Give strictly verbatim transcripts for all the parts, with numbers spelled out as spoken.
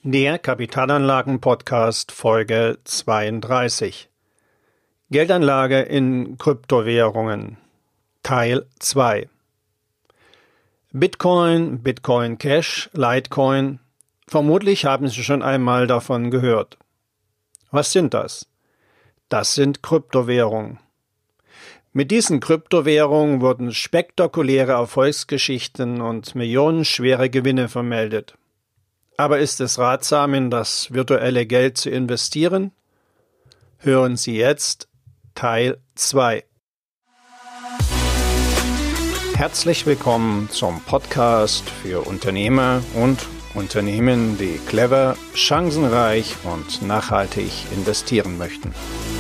Der Kapitalanlagen-Podcast Folge zweiunddreißig. Geldanlage in Kryptowährungen Teil zwei. Bitcoin, Bitcoin Cash, Litecoin. Vermutlich haben Sie schon einmal davon gehört. Was sind das? Das sind Kryptowährungen. Mit diesen Kryptowährungen wurden spektakuläre Erfolgsgeschichten und millionenschwere Gewinne vermeldet. Aber ist es ratsam, in das virtuelle Geld zu investieren? Hören Sie jetzt Teil zwei. Herzlich willkommen zum Podcast für Unternehmer und Unternehmen, die clever, chancenreich und nachhaltig investieren möchten.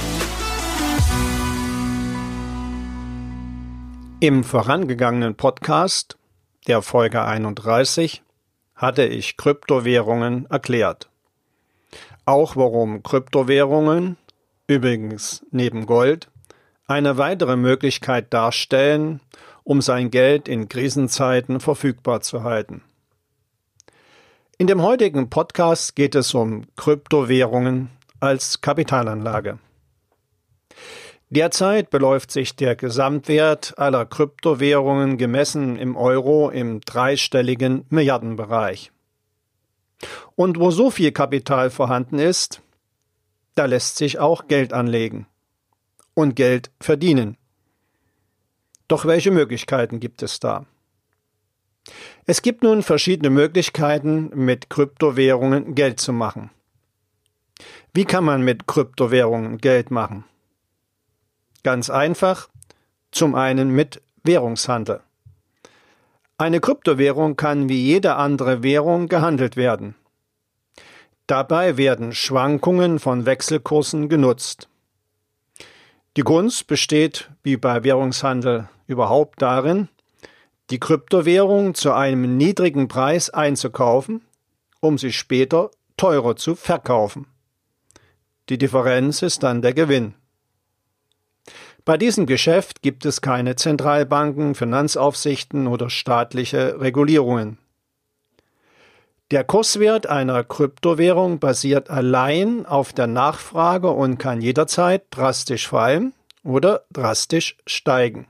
Im vorangegangenen Podcast, der Folge einunddreißig, hatte ich Kryptowährungen erklärt. Auch warum Kryptowährungen, übrigens neben Gold, eine weitere Möglichkeit darstellen, um sein Geld in Krisenzeiten verfügbar zu halten. In dem heutigen Podcast geht es um Kryptowährungen als Kapitalanlage. Derzeit beläuft sich der Gesamtwert aller Kryptowährungen gemessen im Euro im dreistelligen Milliardenbereich. Und wo so viel Kapital vorhanden ist, da lässt sich auch Geld anlegen und Geld verdienen. Doch welche Möglichkeiten gibt es da? Es gibt nun verschiedene Möglichkeiten, mit Kryptowährungen Geld zu machen. Wie kann man mit Kryptowährungen Geld machen? Ganz einfach, zum einen mit Währungshandel. Eine Kryptowährung kann wie jede andere Währung gehandelt werden. Dabei werden Schwankungen von Wechselkursen genutzt. Die Kunst besteht, wie bei Währungshandel überhaupt, darin, die Kryptowährung zu einem niedrigen Preis einzukaufen, um sie später teurer zu verkaufen. Die Differenz ist dann der Gewinn. Bei diesem Geschäft gibt es keine Zentralbanken, Finanzaufsichten oder staatliche Regulierungen. Der Kurswert einer Kryptowährung basiert allein auf der Nachfrage und kann jederzeit drastisch fallen oder drastisch steigen.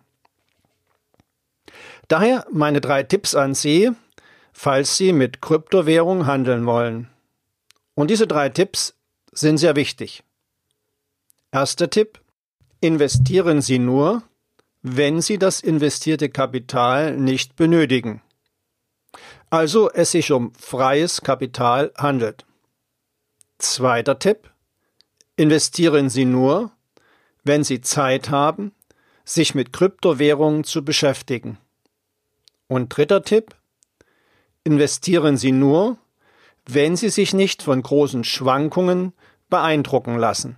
Daher meine drei Tipps an Sie, falls Sie mit Kryptowährung handeln wollen. Und diese drei Tipps sind sehr wichtig. Erster Tipp: Investieren Sie nur, wenn Sie das investierte Kapital nicht benötigen. Also es sich um freies Kapital handelt. Zweiter Tipp: Investieren Sie nur, wenn Sie Zeit haben, sich mit Kryptowährungen zu beschäftigen. Und dritter Tipp: Investieren Sie nur, wenn Sie sich nicht von großen Schwankungen beeindrucken lassen.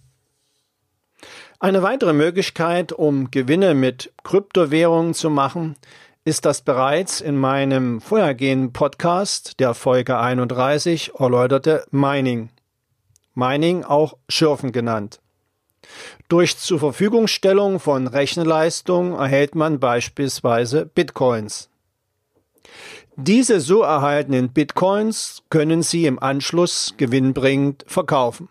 Eine weitere Möglichkeit, um Gewinne mit Kryptowährungen zu machen, ist das bereits in meinem vorhergehenden Podcast, der Folge einunddreißig, erläuterte Mining. Mining auch Schürfen genannt. Durch Zurverfügungstellung von Rechenleistung erhält man beispielsweise Bitcoins. Diese so erhaltenen Bitcoins können Sie im Anschluss gewinnbringend verkaufen.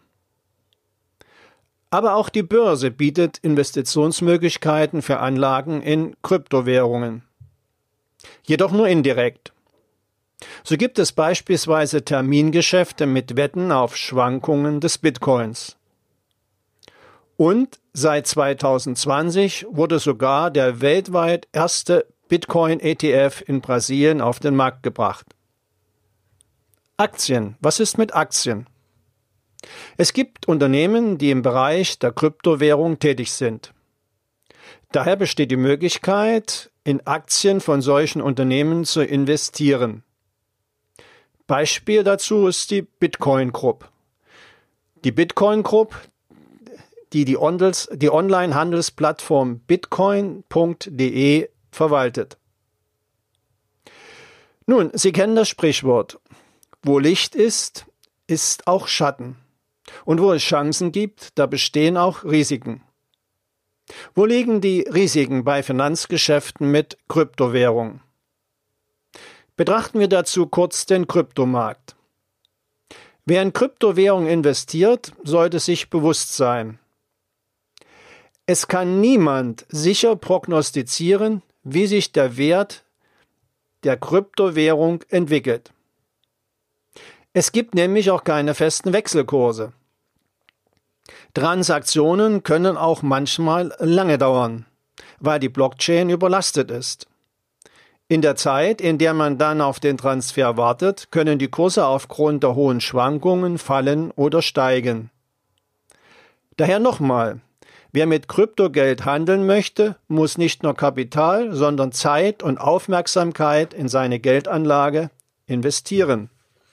Aber auch die Börse bietet Investitionsmöglichkeiten für Anlagen in Kryptowährungen. Jedoch nur indirekt. So gibt es beispielsweise Termingeschäfte mit Wetten auf Schwankungen des Bitcoins. Und seit zweitausendzwanzig wurde sogar der weltweit erste Bitcoin-E T F in Brasilien auf den Markt gebracht. Aktien. Was ist mit Aktien? Es gibt Unternehmen, die im Bereich der Kryptowährung tätig sind. Daher besteht die Möglichkeit, in Aktien von solchen Unternehmen zu investieren. Beispiel dazu ist die Bitcoin Group. Die Bitcoin Group, die die, Ondels, die Online-Handelsplattform bitcoin punkt de verwaltet. Nun, Sie kennen das Sprichwort: Wo Licht ist, ist auch Schatten. Und wo es Chancen gibt, da bestehen auch Risiken. Wo liegen die Risiken bei Finanzgeschäften mit Kryptowährungen? Betrachten wir dazu kurz den Kryptomarkt. Wer in Kryptowährungen investiert, sollte sich bewusst sein: Es kann niemand sicher prognostizieren, wie sich der Wert der Kryptowährung entwickelt. Es gibt nämlich auch keine festen Wechselkurse. Transaktionen können auch manchmal lange dauern, weil die Blockchain überlastet ist. In der Zeit, in der man dann auf den Transfer wartet, können die Kurse aufgrund der hohen Schwankungen fallen oder steigen. Daher nochmal: Wer mit Kryptogeld handeln möchte, muss nicht nur Kapital, sondern Zeit und Aufmerksamkeit in seine Geldanlage investieren.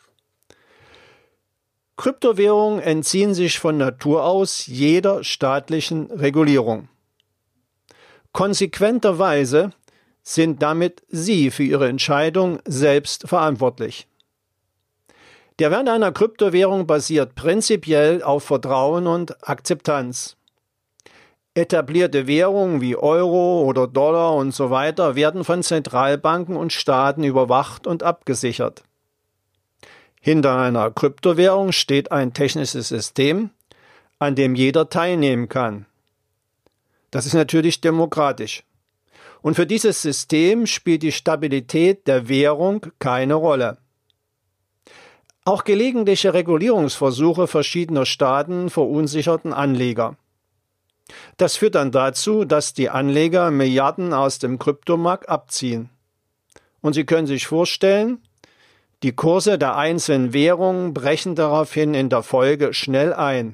Kryptowährungen entziehen sich von Natur aus jeder staatlichen Regulierung. Konsequenterweise sind damit Sie für Ihre Entscheidung selbst verantwortlich. Der Wert einer Kryptowährung basiert prinzipiell auf Vertrauen und Akzeptanz. Etablierte Währungen wie Euro oder Dollar und so weiter werden von Zentralbanken und Staaten überwacht und abgesichert. Hinter einer Kryptowährung steht ein technisches System, an dem jeder teilnehmen kann. Das ist natürlich demokratisch. Und für dieses System spielt die Stabilität der Währung keine Rolle. Auch gelegentliche Regulierungsversuche verschiedener Staaten verunsicherten Anleger. Das führt dann dazu, dass die Anleger Milliarden aus dem Kryptomarkt abziehen. Und Sie können sich vorstellen, die Kurse der einzelnen Währungen brechen daraufhin in der Folge schnell ein.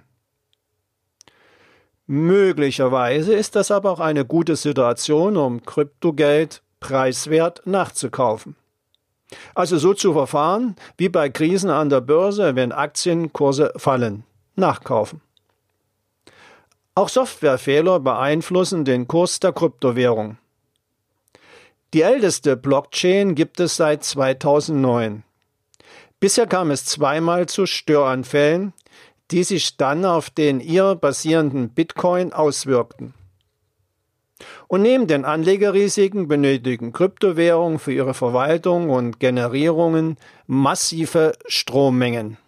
Möglicherweise ist das aber auch eine gute Situation, um Kryptogeld preiswert nachzukaufen. Also so zu verfahren wie bei Krisen an der Börse, wenn Aktienkurse fallen: nachkaufen. Auch Softwarefehler beeinflussen den Kurs der Kryptowährung. Die älteste Blockchain gibt es seit zweitausendneun. Bisher kam es zweimal zu Störanfällen, die sich dann auf den ihr basierenden Bitcoin auswirkten. Und neben den Anlegerrisiken benötigen Kryptowährungen für ihre Verwaltung und Generierungen massive Strommengen.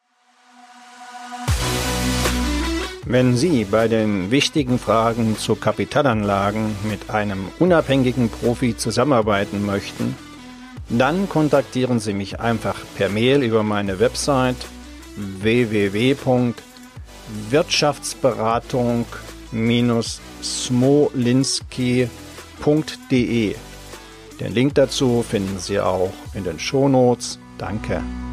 Wenn Sie bei den wichtigen Fragen zu Kapitalanlagen mit einem unabhängigen Profi zusammenarbeiten möchten, dann kontaktieren Sie mich einfach per Mail über meine Website w w w punkt wirtschaftsberatung Bindestrich smolinski punkt de. Den Link dazu finden Sie auch in den Shownotes. Danke.